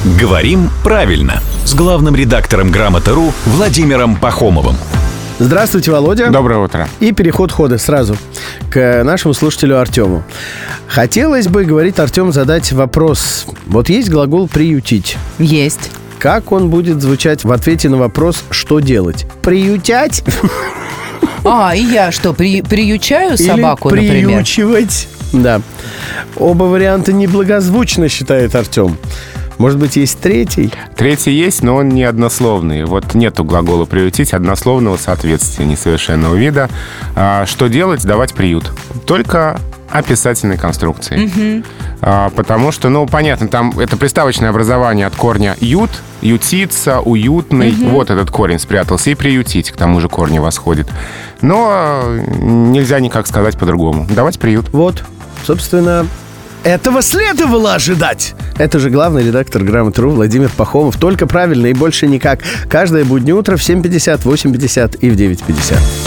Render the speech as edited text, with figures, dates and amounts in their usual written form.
Говорим правильно с главным редактором Грамоты.ру Владимиром Пахомовым. Здравствуйте, Володя. Доброе утро. И переход хода сразу к нашему слушателю Артему. Хотелось бы, говорит Артем, задать вопрос. Вот есть глагол «приютить». Есть. Как он будет звучать в ответе на вопрос «что делать»? Приютять? И я что, приючаю собаку, или например? приючивать? Да. Оба варианта неблагозвучно, считает Артем. Может быть, есть третий? Третий есть, но он не однословный. Вот нету глагола «приютить» однословного соответствия несовершенного вида. Что делать? Давать приют. Только описательной конструкции. Потому что, понятно, там это приставочное образование от корня «ют», «ютиться», «уютный». Вот этот корень спрятался. И «приютить» к тому же корню восходит. Но нельзя никак сказать по-другому. Давать приют. Вот, собственно, этого следовало ожидать. Это же главный редактор Грамоты.ру Владимир Пахомов. Только правильно и больше никак. Каждое буднее утро в 7:50, 8:50 и в 9:50.